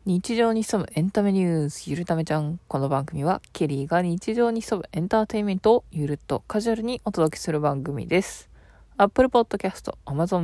日常に潜むエンタメニュース、ゆるためちゃん。この番組は、ケリーが日常に潜むエンターテインメントをゆるっとカジュアルにお届けする番組です。Apple Podcast、Amazon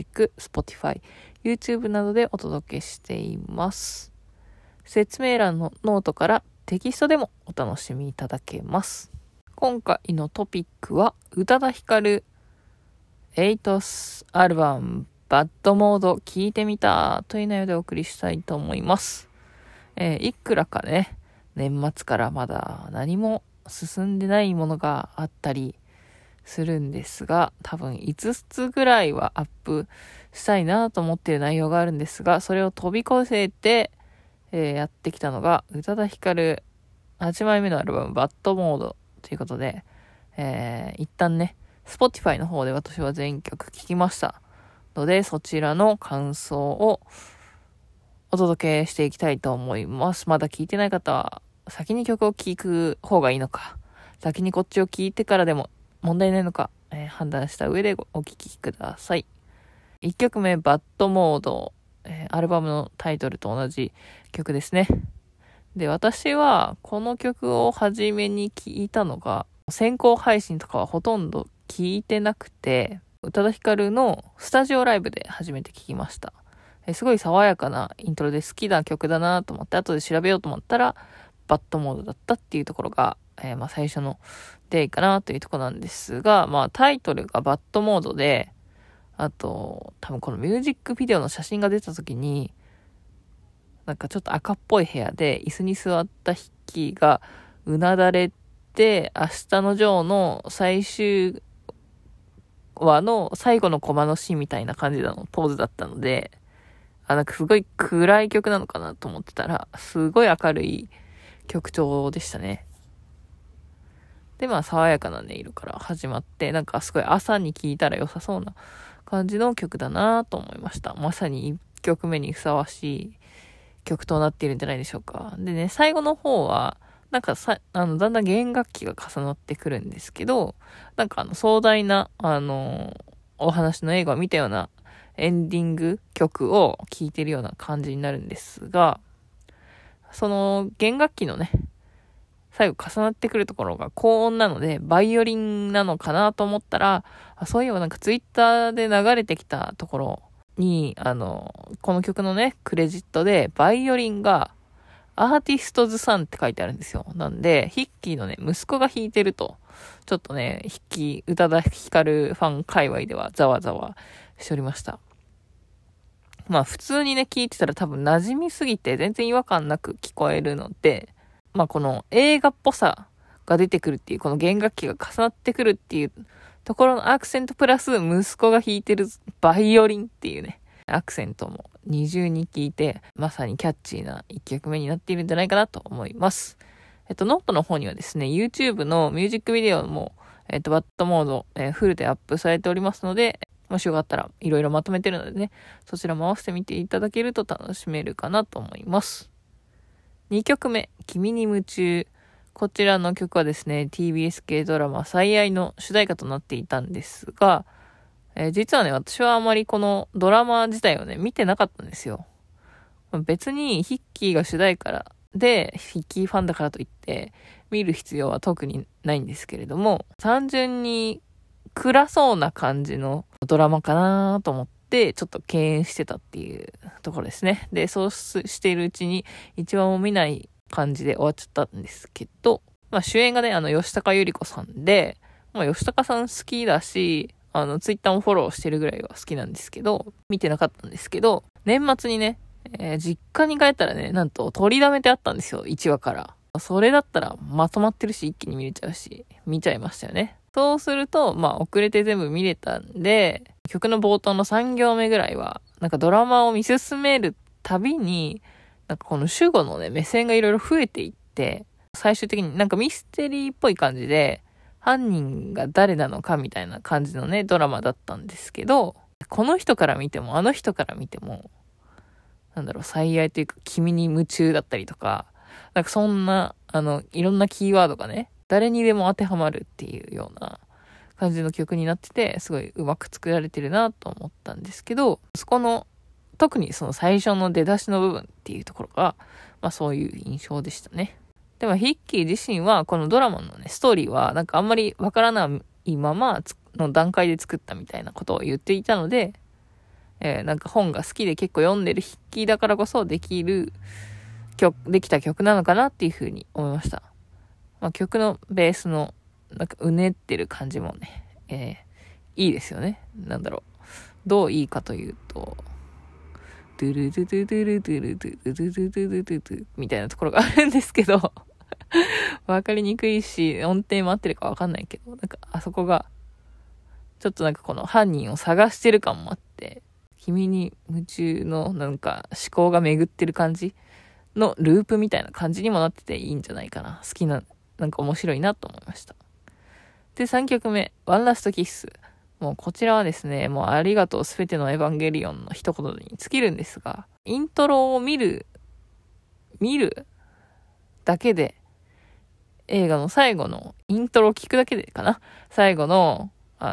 Music、Spotify、YouTube などでお届けしています。説明欄のノートからテキストでもお楽しみいただけます。今回のトピックは、宇多田ヒカル、8th アルバム、バッドモード聞いてみたという内容でお送りしたいと思います。いくらかね、年末からまだ何も進んでないものがあったりするんですが、多分5つぐらいはアップしたいなと思っている内容があるんですが、それを飛び越えて、やってきたのが宇多田ヒカル8枚目のアルバムバッドモードということで、一旦ね、Spotify の方で私は全曲聴きましたので、そちらの感想をお届けしていきたいと思います。まだ聞いてない方は、先に曲を聴く方がいいのか、先にこっちを聴いてからでも問題ないのか、判断した上でお聴きください。1曲目、バッドモード、アルバムのタイトルと同じ曲ですね。で、私はこの曲を初めに聴いたのが、先行配信とかはほとんど聴いてなくて、宇多田ヒカルのスタジオライブで初めて聴きました。すごい爽やかなイントロで好きな曲だなと思って、後で調べようと思ったら、バッドモードだったっていうところが、最初の出会いかなというところなんですが、タイトルがバッドモードで、あと、多分このミュージックビデオの写真が出た時に、なんかちょっと赤っぽい部屋で椅子に座った筆記がうなだれて、明日のジョーの最終話の最後のコマのシーンみたいな感じのポーズだったので、なんかすごい暗い曲なのかなと思ってたら、すごい明るい曲調でしたね。で、爽やかな音色から始まって、なんかすごい朝に聴いたら良さそうな感じの曲だなと思いました。まさに1曲目にふさわしい曲となっているんじゃないでしょうか。でね、最後の方は、なんかだんだん弦楽器が重なってくるんですけど、なんか壮大な、お話の映画を見たようなエンディング曲を聴いてるような感じになるんですが、その弦楽器のね、最後重なってくるところが高音なので、バイオリンなのかなと思ったら、そういえばなんかツイッターで流れてきたところに、この曲のね、クレジットで、バイオリンが、アーティストズさんって書いてあるんですよ。なんで、ヒッキーのね、息子が弾いてると、ちょっとね、宇多田ヒカルファン界隈ではざわざわしておりました。普通にね、聞いてたら多分馴染みすぎて全然違和感なく聞こえるので、この映画っぽさが出てくるっていう、この弦楽器が重なってくるっていうところのアクセントプラス息子が弾いてるバイオリンっていうね、アクセントも二重に聞いて、まさにキャッチーな一曲目になっているんじゃないかなと思います。ノートの方にはですね、YouTube のミュージックビデオも、バッドモード、フルでアップされておりますので、もしよかったらいろいろまとめてるのでね、そちらも合わせてみていただけると楽しめるかなと思います。2曲目、君に夢中。こちらの曲はですね、TBS 系ドラマ最愛の主題歌となっていたんですが、実はね、私はあまりこのドラマ自体をね、見てなかったんですよ。別にヒッキーが主題歌で、ヒッキーファンだからといって見る必要は特にないんですけれども、単純に暗そうな感じのドラマかなと思ってちょっと敬遠してたっていうところですね。で、そうしているうちに一話も見ない感じで終わっちゃったんですけど、主演がね、吉高由里子さんで、吉高さん好きだし、ツイッターもフォローしてるぐらいは好きなんですけど、見てなかったんですけど、年末にね、実家に帰ったらね、なんと取りだめてあったんですよ、1話から。それだったらまとまってるし、一気に見れちゃうし、見ちゃいましたよね。そうすると、遅れて全部見れたんで、曲の冒頭の3行目ぐらいは、なんかドラマを見進めるたびに、なんかこの主語のね、目線がいろいろ増えていって、最終的になんかミステリーっぽい感じで、犯人が誰なのかみたいな感じのね、ドラマだったんですけど、この人から見ても、あの人から見ても、最愛というか、君に夢中だったりとか、なんかそんな、いろんなキーワードがね、誰にでも当てはまるっていうような感じの曲になってて、すごいうまく作られてるなと思ったんですけど、そこの特にその最初の出だしの部分っていうところが、まあそういう印象でしたね。でもヒッキー自身はこのドラマのね、ストーリーはなんかあんまりわからないままの段階で作ったみたいなことを言っていたので、なんか本が好きで結構読んでるヒッキーだからこそできた曲なのかなっていうふうに思いました。まあ曲のベースのなんかうねってる感じもね、いいですよね。なんだろう。どういいかというと、ドゥルドゥドゥドゥルドゥルドゥドゥドゥドゥドゥドゥドゥドゥみたいなところがあるんですけど、わかりにくいし、音程も合ってるかわかんないけど、なんかあそこが、ちょっとなんかこの犯人を探してる感もあって、君に夢中のなんか思考が巡ってる感じのループみたいな感じにもなってていいんじゃないかな。好きな、なんか面白いなと思いました。で、3曲目、ワンラストキッス。もうこちらはですね、もうありがとうすべてのエヴァンゲリオンの一言に尽きるんですが、イントロを見るだけで、映画の最後のイントロを聞くだけでかな。最後の、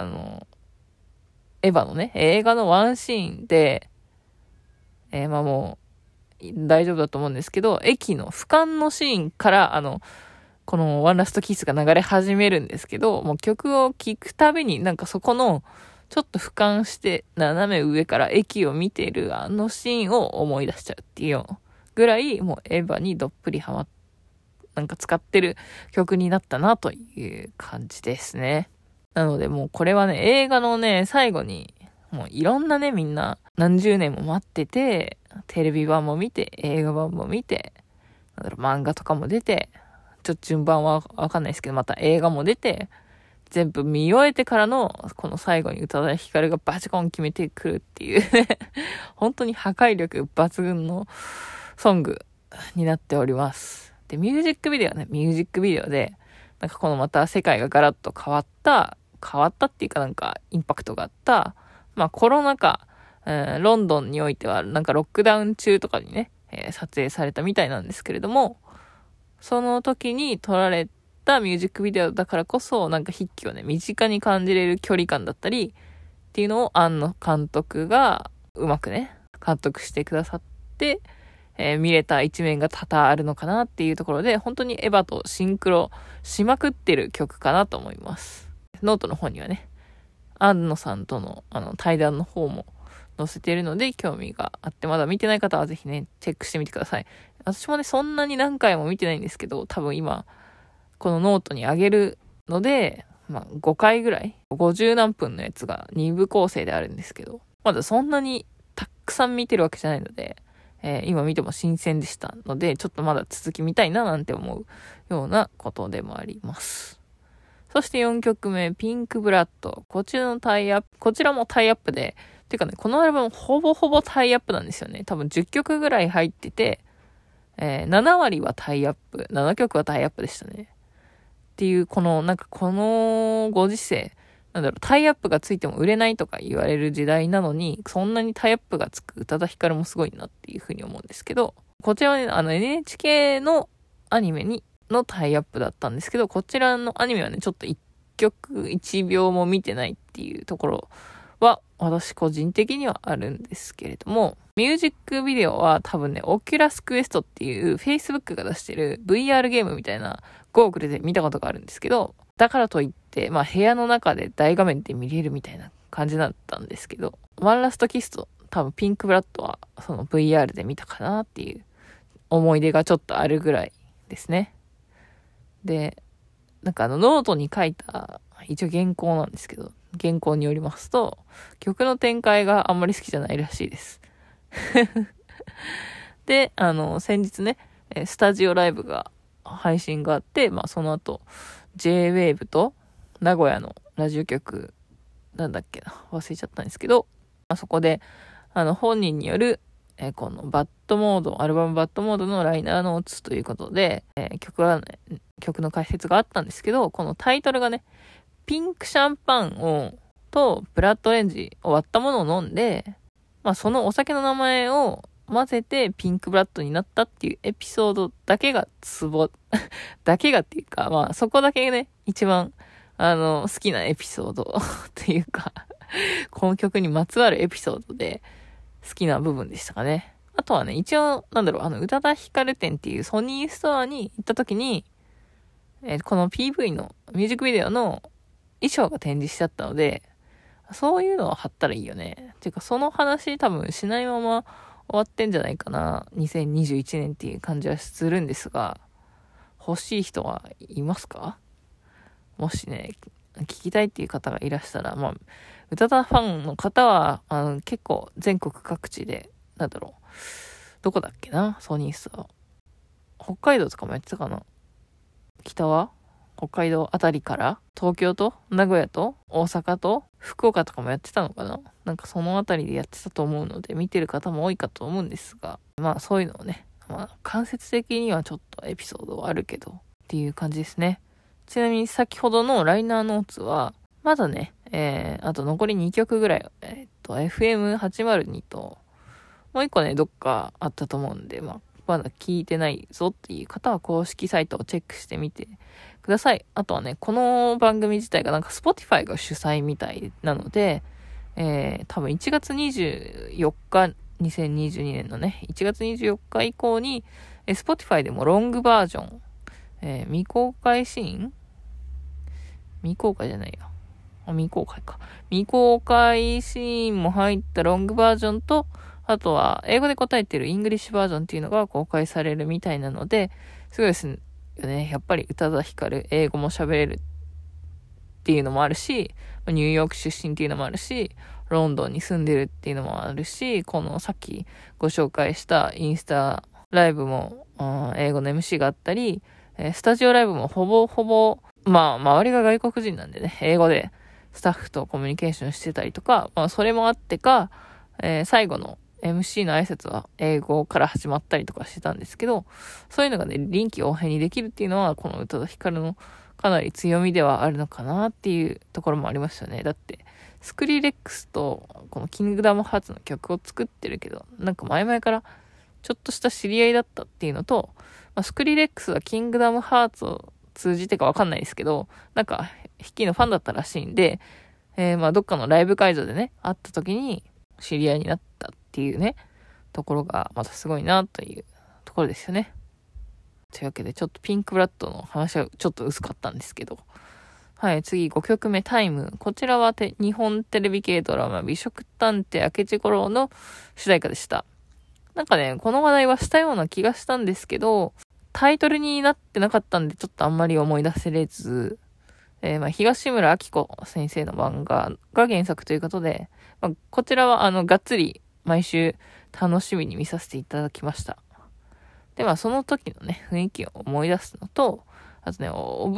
エヴァのね、映画のワンシーンで、まあもう大丈夫だと思うんですけど、駅の俯瞰のシーンから、このワンラストキスが流れ始めるんですけど、もう曲を聴くたびになんかそこのちょっと俯瞰して斜め上から駅を見てるあのシーンを思い出しちゃうっていうぐらいもうエヴァにどっぷりハマっなんか使ってる曲になったなという感じですね。なのでもうこれはね、映画のね、最後にもういろんなね、みんな何十年も待ってて、テレビ版も見て、映画版も見て、漫画とかも出て、ちょっと順番はわかんないですけど、また映画も出て、全部見終えてからの、この最後に宇多田ヒカルがバチコン決めてくるっていうね、本当に破壊力抜群のソングになっております。で、ミュージックビデオで、なんかこのまた世界がガラッと変わったっていうかなんかインパクトがあった、まあコロナ禍、ロンドンにおいてはなんかロックダウン中とかにね、撮影されたみたいなんですけれども、その時に撮られたミュージックビデオだからこそ、なんか筆記をね、身近に感じれる距離感だったり、っていうのを庵野監督がうまくね、監督してくださって、見れた一面が多々あるのかなっていうところで、本当にエヴァとシンクロしまくってる曲かなと思います。ノートの方にはね、庵野さんとの対談の方も載せているので、興味があってまだ見てない方はぜひね、チェックしてみてください。私もね、そんなに何回も見てないんですけど、多分今、このノートにあげるので、まあ5回ぐらい、50何分のやつが2部構成であるんですけど、まだそんなにたくさん見てるわけじゃないので、今見ても新鮮でしたので、ちょっとまだ続き見たいななんて思うようなことでもあります。そして4曲目、ピンクブラッド。こちらもタイアップで、てかね、このアルバムほぼほぼタイアップなんですよね。多分10曲ぐらい入ってて、7割はタイアップ、7曲はタイアップでしたね。っていう、このご時世、タイアップがついても売れないとか言われる時代なのに、そんなにタイアップがつく宇多田ヒカルもすごいなっていうふうに思うんですけど、こちらはね、NHK のアニメのタイアップだったんですけど、こちらのアニメはね、ちょっと1曲1秒も見てないっていうところは、私個人的にはあるんですけれども、ミュージックビデオは多分ね、オキュラスクエストっていう Facebook が出してる VR ゲームみたいなゴーグルで見たことがあるんですけど、だからといって、まあ部屋の中で大画面で見れるみたいな感じだったんですけど、ワンラストキスと多分ピンクブラッドはその VR で見たかなっていう思い出がちょっとあるぐらいですね。で、なんかノートに書いた一応原稿なんですけど、原稿によりますと、曲の展開があんまり好きじゃないらしいです。で、先日ね、スタジオライブが配信があって、まあその後、J-Wave と名古屋のラジオ局、なんだっけな、忘れちゃったんですけど、まあ、そこで、本人による、このアルバムバッドモードのライナーノーツということで、曲の解説があったんですけど、このタイトルがね、ピンクシャンパンとブラッドオレンジを割ったものを飲んで、まあそのお酒の名前を混ぜてピンクブラッドになったっていうエピソードだけがだけがっていうか、まあそこだけね、一番、好きなエピソードっていうか、この曲にまつわるエピソードで、 好きな部分でしたかね。あとはね、一応、宇多田ヒカル展っていうソニーストアに行った時に、この PV のミュージックビデオの衣装が展示しちゃったので、そういうのを貼ったらいいよね。ていうか、その話多分しないまま終わってんじゃないかな。2021年っていう感じはするんですが、欲しい人はいますか？もしね、聞きたいっていう方がいらしたら、宇多田ファンの方は、結構全国各地で、どこだっけな、ソニーストア。北海道とかもやってたかな。北は北海道あたりから東京と名古屋と大阪と福岡とかもやってたのかな。そのあたりでやってたと思うので、見てる方も多いかと思うんですが、そういうのをね、間接的にはちょっとエピソードはあるけどっていう感じですね。ちなみに先ほどのライナーノーツはまだね、あと残り2曲ぐらい、FM802 ともう一個ね、どっかあったと思うんで、まだ聞いてないぞっていう方は公式サイトをチェックしてみてください。あとはね、この番組自体がSpotify が主催みたいなので、多分1月24日、2022年のね、1月24日以降に、Spotify でもロングバージョン、未公開シーン未公開じゃないや。未公開か。未公開シーンも入ったロングバージョンと、あとは、英語で答えてるイングリッシュバージョンっていうのが公開されるみたいなので、すごいですよね。やっぱり宇多田ヒカル、英語も喋れるっていうのもあるし、ニューヨーク出身っていうのもあるし、ロンドンに住んでるっていうのもあるし、このさっきご紹介したインスタライブも、英語の MC があったり、スタジオライブもほぼほぼ、周りが外国人なんでね、英語でスタッフとコミュニケーションしてたりとか、それもあってか、最後のMC の挨拶は英語から始まったりとかしてたんですけど、そういうのがね、臨機応変にできるっていうのは、この宇多田ヒカルのかなり強みではあるのかなっていうところもありましたね。だって、スクリレックスとこのキングダムハーツの曲を作ってるけど、前々からちょっとした知り合いだったっていうのと、スクリレックスはキングダムハーツを通じてかわかんないですけど、ヒッキーのファンだったらしいんで、どっかのライブ会場でね、会った時に知り合いになったっていうね、ところがまたすごいなというところですよね。というわけで、ちょっとピンクブラッドの話はちょっと薄かったんですけど。はい、次5曲目、タイム。こちらは日本テレビ系ドラマ、美食探偵明智五郎の主題歌でした。この話題はしたような気がしたんですけど、タイトルになってなかったんで、ちょっとあんまり思い出せれず、東村明子先生の漫画が原作ということで、こちらはがっつり毎週楽しみに見させていただきました。で、その時のね、雰囲気を思い出すのと、あとね、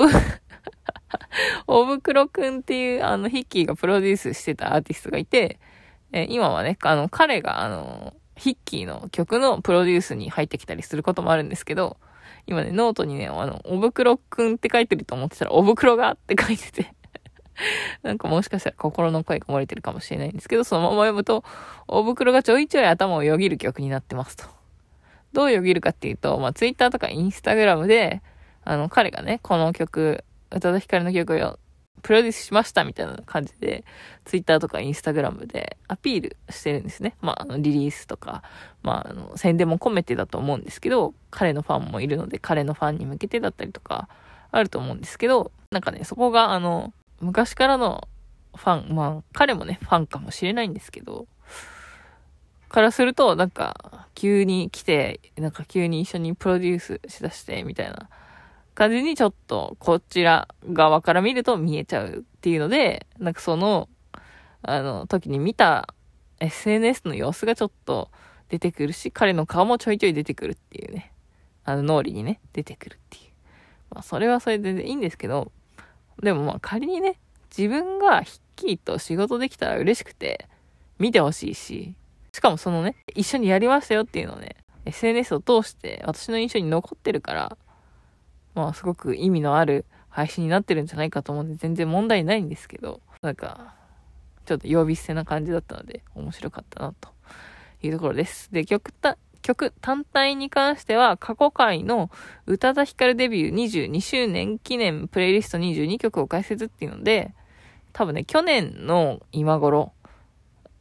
おぶくろくんっていうヒッキーがプロデュースしてたアーティストがいて、今はね、彼がヒッキーの曲のプロデュースに入ってきたりすることもあるんですけど、今ね、ノートにね、おぶくろくんって書いてると思ってたら、おぶくろがって書いてて、もしかしたら心の声が漏れてるかもしれないんですけど、そのまま読むと、おぶくろがちょいちょい頭をよぎる曲になってますと。どうよぎるかっていうと、ツイッターとかインスタグラムで、彼がね、この曲、宇多田ヒカルの曲をプロデュースしましたみたいな感じで、ツイッターとかインスタグラムでアピールしてるんですね。リリースとか、宣伝も込めてだと思うんですけど、彼のファンもいるので、彼のファンに向けてだったりとか、あると思うんですけど、そこが昔からのファン、彼もね、ファンかもしれないんですけど、からすると、急に来て、急に一緒にプロデュースしだして、みたいな感じにちょっと、こちら側から見ると見えちゃうっていうので、その、時に見た SNS の様子がちょっと出てくるし、彼の顔もちょいちょい出てくるっていうね、脳裏にね、出てくるっていう。それはそれでいいんですけど、でも仮にね、自分がヒッキーと仕事できたら嬉しくて、見てほしいし、しかもそのね、一緒にやりましたよっていうのをね、SNS を通して私の印象に残ってるから、すごく意味のある配信になってるんじゃないかと思うんで、全然問題ないんですけど、ちょっと呼び捨てな感じだったので、面白かったな、というところです。で、曲単体に関しては、過去回の宇多田ヒカルデビュー22周年記念プレイリスト22曲を解説っていうので、多分ね、去年の今頃、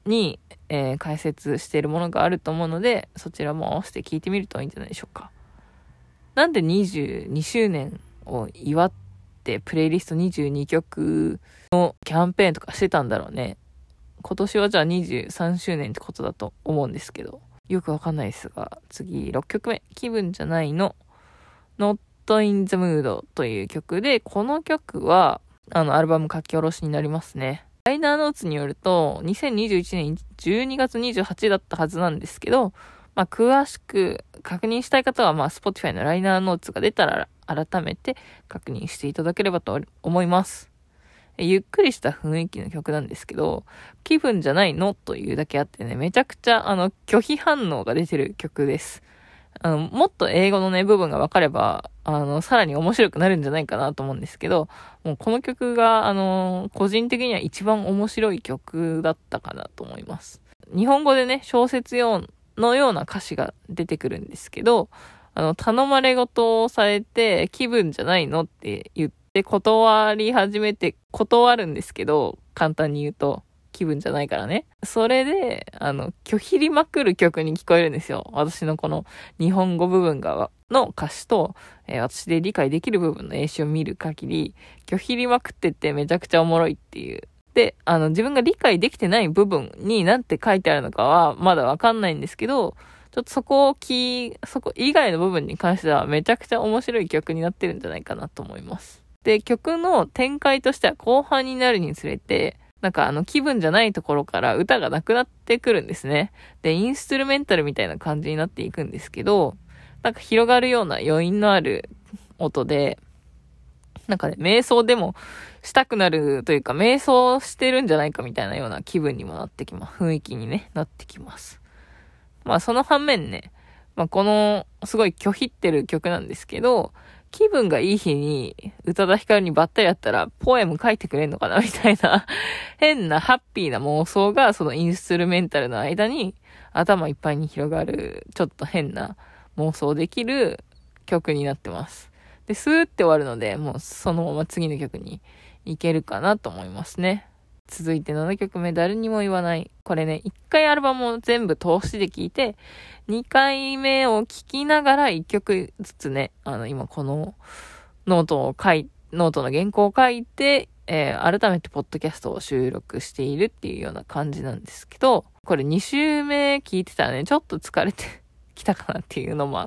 に、解説しているものがあると思うので、そちらも合わせて聞いてみるといいんじゃないでしょうか。なんで22周年を祝ってプレイリスト22曲のキャンペーンとかしてたんだろうね。今年はじゃあ23周年ってことだと思うんですけど、よくわかんないですが、次6曲目、気分じゃないの Not in the Mood という曲で、この曲はアルバム書き下ろしになりますね。ライナーノーツによると2021年12月28だったはずなんですけど、詳しく確認したい方はSpotify のライナーノーツが出たら改めて確認していただければと思います。ゆっくりした雰囲気の曲なんですけど、気分じゃないのというだけあってね、めちゃくちゃ拒否反応が出てる曲です。もっと英語のね、部分が分かれば、さらに面白くなるんじゃないかなと思うんですけど、もうこの曲が、個人的には一番面白い曲だったかなと思います。日本語でね、小説のような歌詞が出てくるんですけど、頼まれ事をされて、気分じゃないのって言って断り始めて、断るんですけど、簡単に言うと、気分じゃないからね。それで、拒否りまくる曲に聞こえるんですよ。私のこの日本語部分の歌詞と、私で理解できる部分の英詞を見る限り、拒否りまくっててめちゃくちゃおもろいっていう。で、自分が理解できてない部分に何て書いてあるのかはまだわかんないんですけど、ちょっとそこ以外の部分に関してはめちゃくちゃ面白い曲になってるんじゃないかなと思います。で、曲の展開としては後半になるにつれて、気分じゃないところから歌がなくなってくるんですね。で、インストゥルメンタルみたいな感じになっていくんですけど、広がるような余韻のある音で、瞑想でもしたくなるというか、瞑想してるんじゃないかみたいなような気分にもなってきます。雰囲気にね、なってきます。その反面ね、この、すごい拒否ってる曲なんですけど、気分がいい日に宇多田ヒカルにばったりやったらポエム書いてくれんのかなみたいな変なハッピーな妄想がそのインストゥルメンタルの間に頭いっぱいに広がるちょっと変な妄想できる曲になってます。で、スーって終わるのでもうそのまま次の曲に行けるかなと思いますね。続いて7曲目、誰にも言わない。これね、1回アルバムを全部通しで聴いて、2回目を聴きながら1曲ずつね、今このノートの原稿を書いて、改めてポッドキャストを収録しているっていうような感じなんですけど、これ2週目聴いてたらね、ちょっと疲れてきたかなっていうのもあって、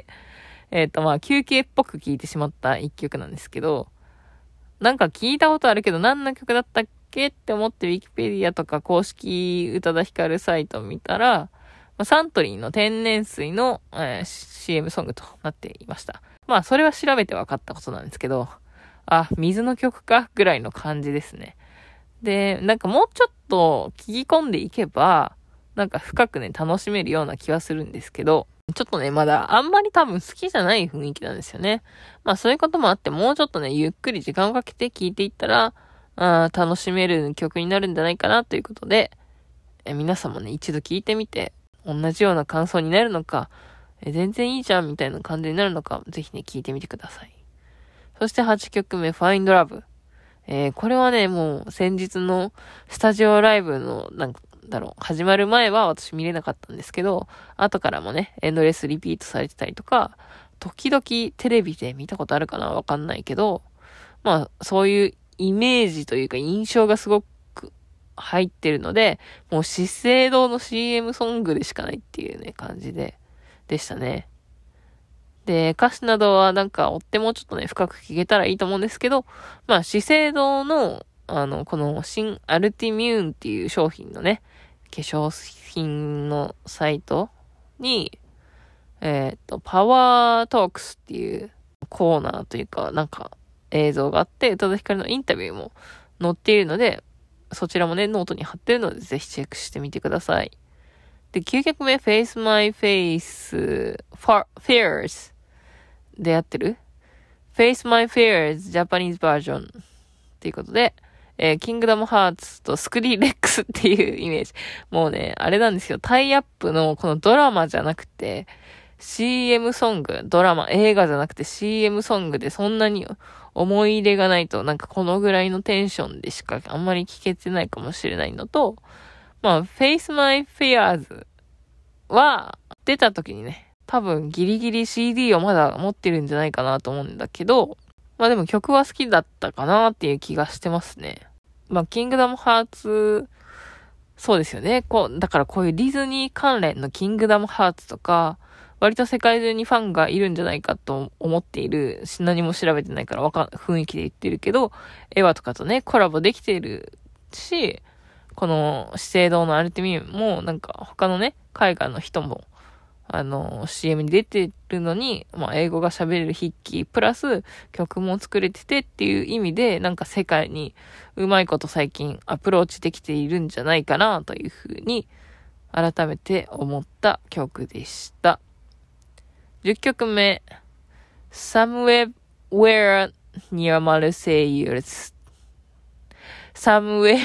休憩っぽく聴いてしまった1曲なんですけど、聞いたことあるけど何の曲だったっけって思ってウィキペディアとか公式宇多田ヒカルサイトを見たら、サントリーの天然水の、CM ソングとなっていました。それは調べて分かったことなんですけど、水の曲かぐらいの感じですね。で、もうちょっと聞き込んでいけば、深くね、楽しめるような気はするんですけど、ちょっとね、まだあんまり多分好きじゃない雰囲気なんですよね。そういうこともあって、もうちょっとね、ゆっくり時間をかけて聴いていったら、楽しめる曲になるんじゃないかなということで、皆さんもね、一度聴いてみて、同じような感想になるのか、全然いいじゃんみたいな感じになるのか、ぜひね、聴いてみてください。そして8曲目、Find Love。これはね、もう先日のスタジオライブの、始まる前は私見れなかったんですけど、後からもね、エンドレスリピートされてたりとか、時々テレビで見たことあるかなわかんないけど、そういうイメージというか印象がすごく入ってるので、もう資生堂の CM ソングでしかないっていうね、感じでしたね。で、歌詞などは追ってもちょっとね、深く聞けたらいいと思うんですけど、資生堂の、この新アルティミューンっていう商品のね、化粧品のサイトに、パワートークスっていうコーナーというか、映像があって、宇多田ヒカルのインタビューも載っているので、そちらもね、ノートに貼ってるので、ぜひチェックしてみてください。で、9曲目、Face My Face Fears でやってる Face My Fears Japanese Version っていうことで、キングダムハーツとスクリレックスっていうイメージ。もうね、あれなんですよ。タイアップのこのドラマじゃなくて、CM ソング、ドラマ、映画じゃなくて CM ソングでそんなに思い入れがないと、このぐらいのテンションでしかあんまり聞けてないかもしれないのと、 Face My Fears は出た時にね、多分ギリギリ CD をまだ持ってるんじゃないかなと思うんだけど、でも曲は好きだったかなっていう気がしてますね。キングダムハーツ、そうですよね。だからこういうディズニー関連のキングダムハーツとか、割と世界中にファンがいるんじゃないかと思っている何も調べてないから雰囲気で言ってるけど、エヴァとかとね、コラボできているし、この資生堂のアルテミウムもなんか他のね、海外の人もCM に出てるのに、英語が喋れる筆記、プラス曲も作れててっていう意味で、なんか世界にうまいこと最近アプローチできているんじゃないかなというふうに改めて思った曲でした。10曲目、Somewhere Near Marseilles Somewhere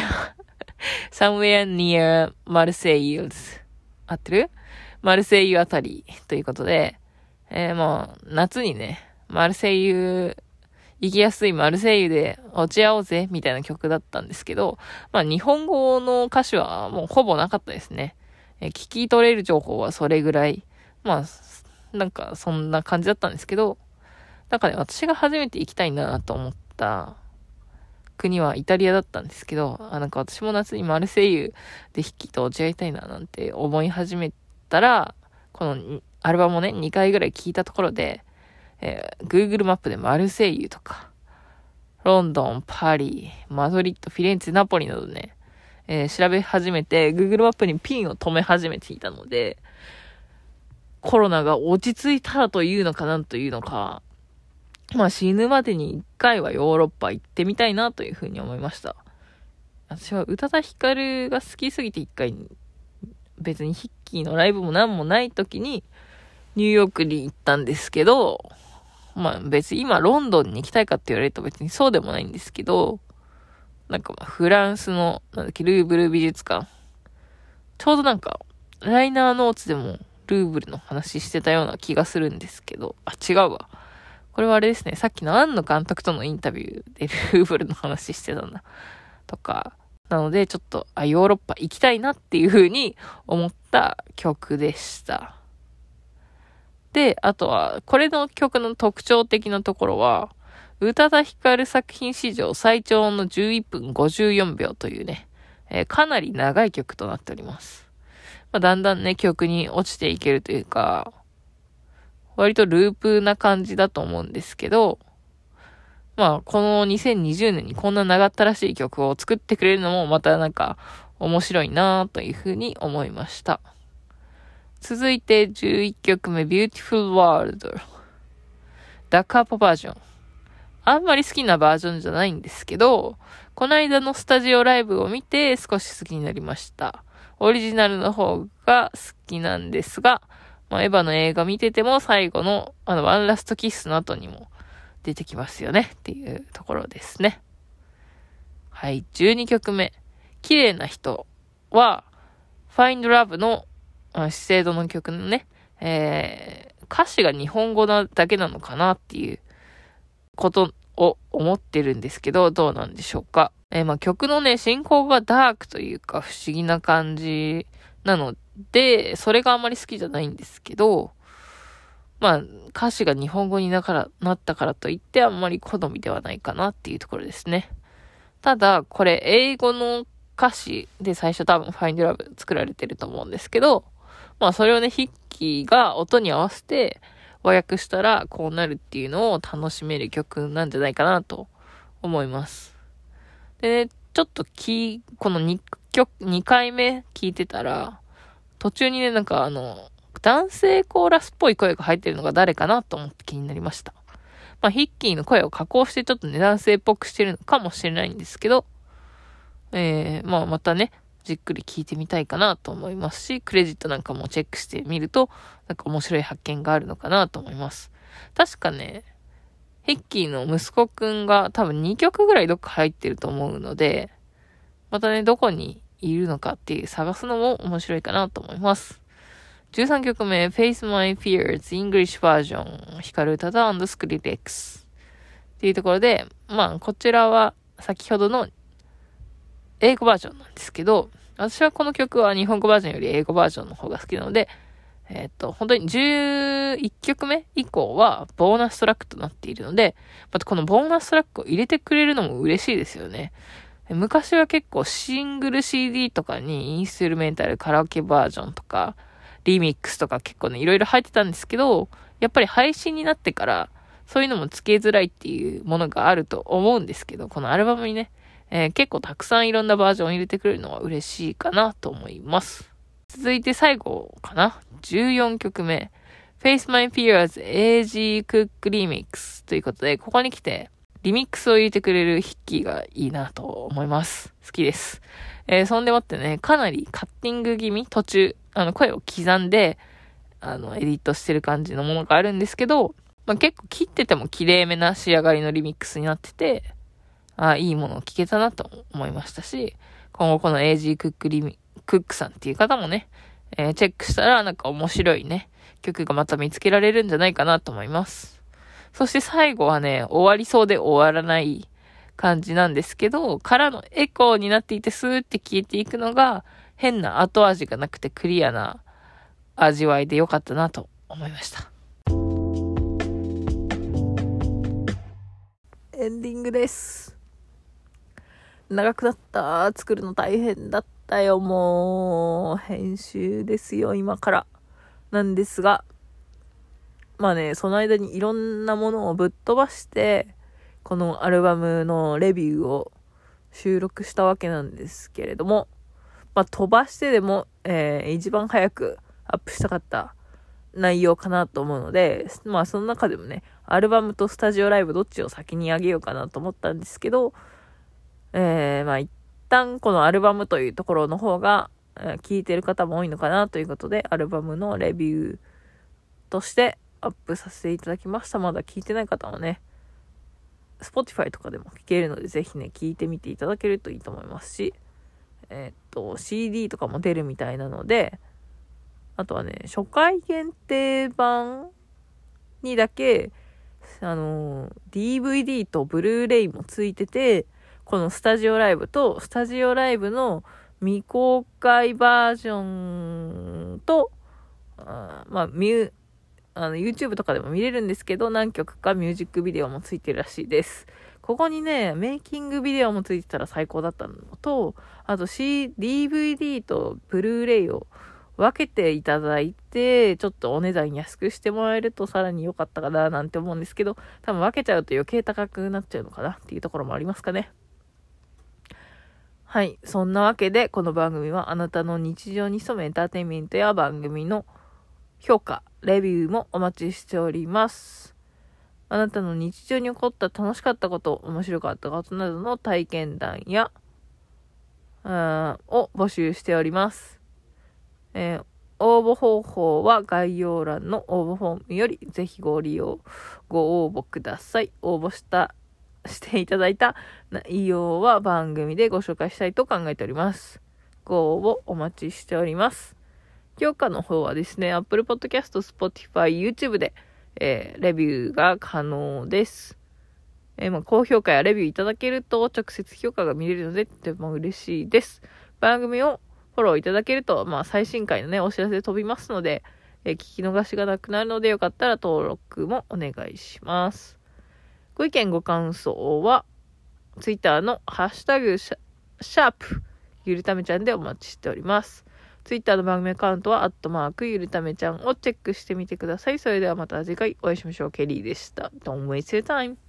Near Marseilles 合ってる？マルセイユあたりということで、夏にね、マルセイユ、行きやすいマルセイユで落ち合おうぜ、みたいな曲だったんですけど、日本語の歌詞はもうほぼなかったですね。聞き取れる情報はそれぐらい。なんかそんな感じだったんですけど、なんかね、私が初めて行きたいなと思った国はイタリアだったんですけど、なんか私も夏にマルセイユで弾きと落ち合いたいななんて思い始めたら、このアルバムをね、2回ぐらい聴いたところで、Google マップでマルセイユとか、ロンドン、パリ、マドリッド、フィレンツェ、ナポリなどね、調べ始めて、Google マップにピンを止め始めていたので、コロナが落ち着いたらというのかなんというのか、死ぬまでに1回はヨーロッパ行ってみたいなというふうに思いました。私は宇多田ヒカルが好きすぎて1回、別にヒッキーのライブもなんもない時にニューヨークに行ったんですけど、別に今ロンドンに行きたいかって言われると別にそうでもないんですけど、なんかフランスの、ルーブル美術館。ちょうどなんか、ライナーノーツでもルーブルの話してたような気がするんですけど、違うわ。これはあれですね、さっきの庵野監督とのインタビューでルーブルの話してたんだ。とか、なのでちょっと、ヨーロッパ行きたいなっていう風に思った曲でした。で、あとは、これの曲の特徴的なところは、宇多田ヒカル作品史上最長の11分54秒というね、かなり長い曲となっております。だんだんね、曲に落ちていけるというか、割とループな感じだと思うんですけど、この2020年にこんな長ったらしい曲を作ってくれるのもまたなんか面白いなというふうに思いました。続いて11曲目 Beautiful World ダカーポバージョン。あんまり好きなバージョンじゃないんですけど、この間のスタジオライブを見て少し好きになりました。オリジナルの方が好きなんですが、エヴァの映画見てても最後のワンラストキッスの後にも出てきますよねっていうところですね。はい、12曲目。綺麗な人は、Find Love の資生堂の曲のね、歌詞が日本語だけなのかなっていうことを思ってるんですけど、どうなんでしょうか。曲のね、進行がダークというか不思議な感じなので、それがあんまり好きじゃないんですけど、歌詞が日本語になったからといってあんまり好みではないかなっていうところですね。ただ、これ英語の歌詞で最初多分 Find Love 作られてると思うんですけど、それをね、ヒッキーが音に合わせて和訳したらこうなるっていうのを楽しめる曲なんじゃないかなと思います。でね、ちょっとこの2回目聞いてたら、途中にね、なんか男性コーラスっぽい声が入ってるのが誰かなと思って気になりました。ヒッキーの声を加工してちょっとね、男性っぽくしてるのかもしれないんですけど、またね、じっくり聞いてみたいかなと思いますし、クレジットなんかもチェックしてみると、なんか面白い発見があるのかなと思います。確かね、ヒッキーの息子くんが多分2曲ぐらいどっか入ってると思うので、またね、どこにいるのかっていう探すのも面白いかなと思います。13曲目 Face My Fears English Version ヒカル歌とスクリレックスっていうところで、こちらは先ほどの英語バージョンなんですけど、 私はこの曲は日本語バージョンより英語バージョンの方が好きなので、本当に11曲目以降はボーナストラックとなっているので、またこのボーナストラックを入れてくれるのも嬉しいですよね。昔は結構シングル CD とかにインストゥルメンタルカラオケバージョンとか、リミックスとか結構ね、いろいろ入ってたんですけど、やっぱり配信になってから、そういうのも付けづらいっていうものがあると思うんですけど、このアルバムにね、結構たくさんいろんなバージョンを入れてくれるのは嬉しいかなと思います。続いて最後かな。14曲目。Face My Fears AG Cook Remix ということで、ここに来て、リミックスを入れてくれるヒッキーがいいなと思います。好きです。そんでもってね、かなりカッティング気味、途中、声を刻んで、エディットしてる感じのものがあるんですけど、結構切ってても綺麗めな仕上がりのリミックスになってて、いいものを聞けたなと思いましたし、今後この AG クックさんっていう方もね、チェックしたらなんか面白いね、曲がまた見つけられるんじゃないかなと思います。そして最後はね、終わりそうで終わらない感じなんですけど、からのエコーになっていてスーって消えていくのが変な後味がなくてクリアな味わいで良かったなと思いました。エンディングです。長くなった。作るの大変だったよ。もう編集ですよ今からなんですが、その間にいろんなものをぶっ飛ばしてこのアルバムのレビューを収録したわけなんですけれども、飛ばしてでも、一番早くアップしたかった内容かなと思うので、その中でもね、アルバムとスタジオライブどっちを先に上げようかなと思ったんですけど、一旦このアルバムというところの方が、聞いてる方も多いのかなということで、アルバムのレビューとしてアップさせていただきました。まだ聞いてない方はね、Spotify とかでも聞けるので、ぜひね、聞いてみていただけるといいと思いますし、CD とかも出るみたいなので、あとはね、初回限定版にだけ、DVD とブルーレイもついてて、このスタジオライブと、スタジオライブの未公開バージョンと、YouTube とかでも見れるんですけど、何曲かミュージックビデオもついてるらしいです。ここにね、メイキングビデオもついてたら最高だったのと、あと DVD とブルーレイを分けていただいて、ちょっとお値段安くしてもらえるとさらに良かったかななんて思うんですけど、多分分けちゃうと余計高くなっちゃうのかなっていうところもありますかね。はい。そんなわけで、この番組はあなたの日常に潜むエンターテインメントや番組の評価、レビューもお待ちしております。あなたの日常に起こった楽しかったこと、面白かったことなどの体験談や、を募集しております。応募方法は概要欄の応募フォームよりぜひご応募ください。していただいた内容は番組でご紹介したいと考えております。ご応募お待ちしております。評価の方はですね、Apple Podcast、Spotify、YouTube で、レビューが可能です。高評価やレビューいただけると直接評価が見れるのでとても嬉しいです。番組をフォローいただけると、最新回のね、お知らせ飛びますので、聞き逃しがなくなるのでよかったら登録もお願いします。ご意見ご感想は、Twitter のハッシュタグシャープゆるためちゃんでお待ちしております。Twitter の番組アカウントは、@ゆるためちゃんをチェックしてみてください。それではまた次回お会いしましょう。ケリーでした。Don't waste your time.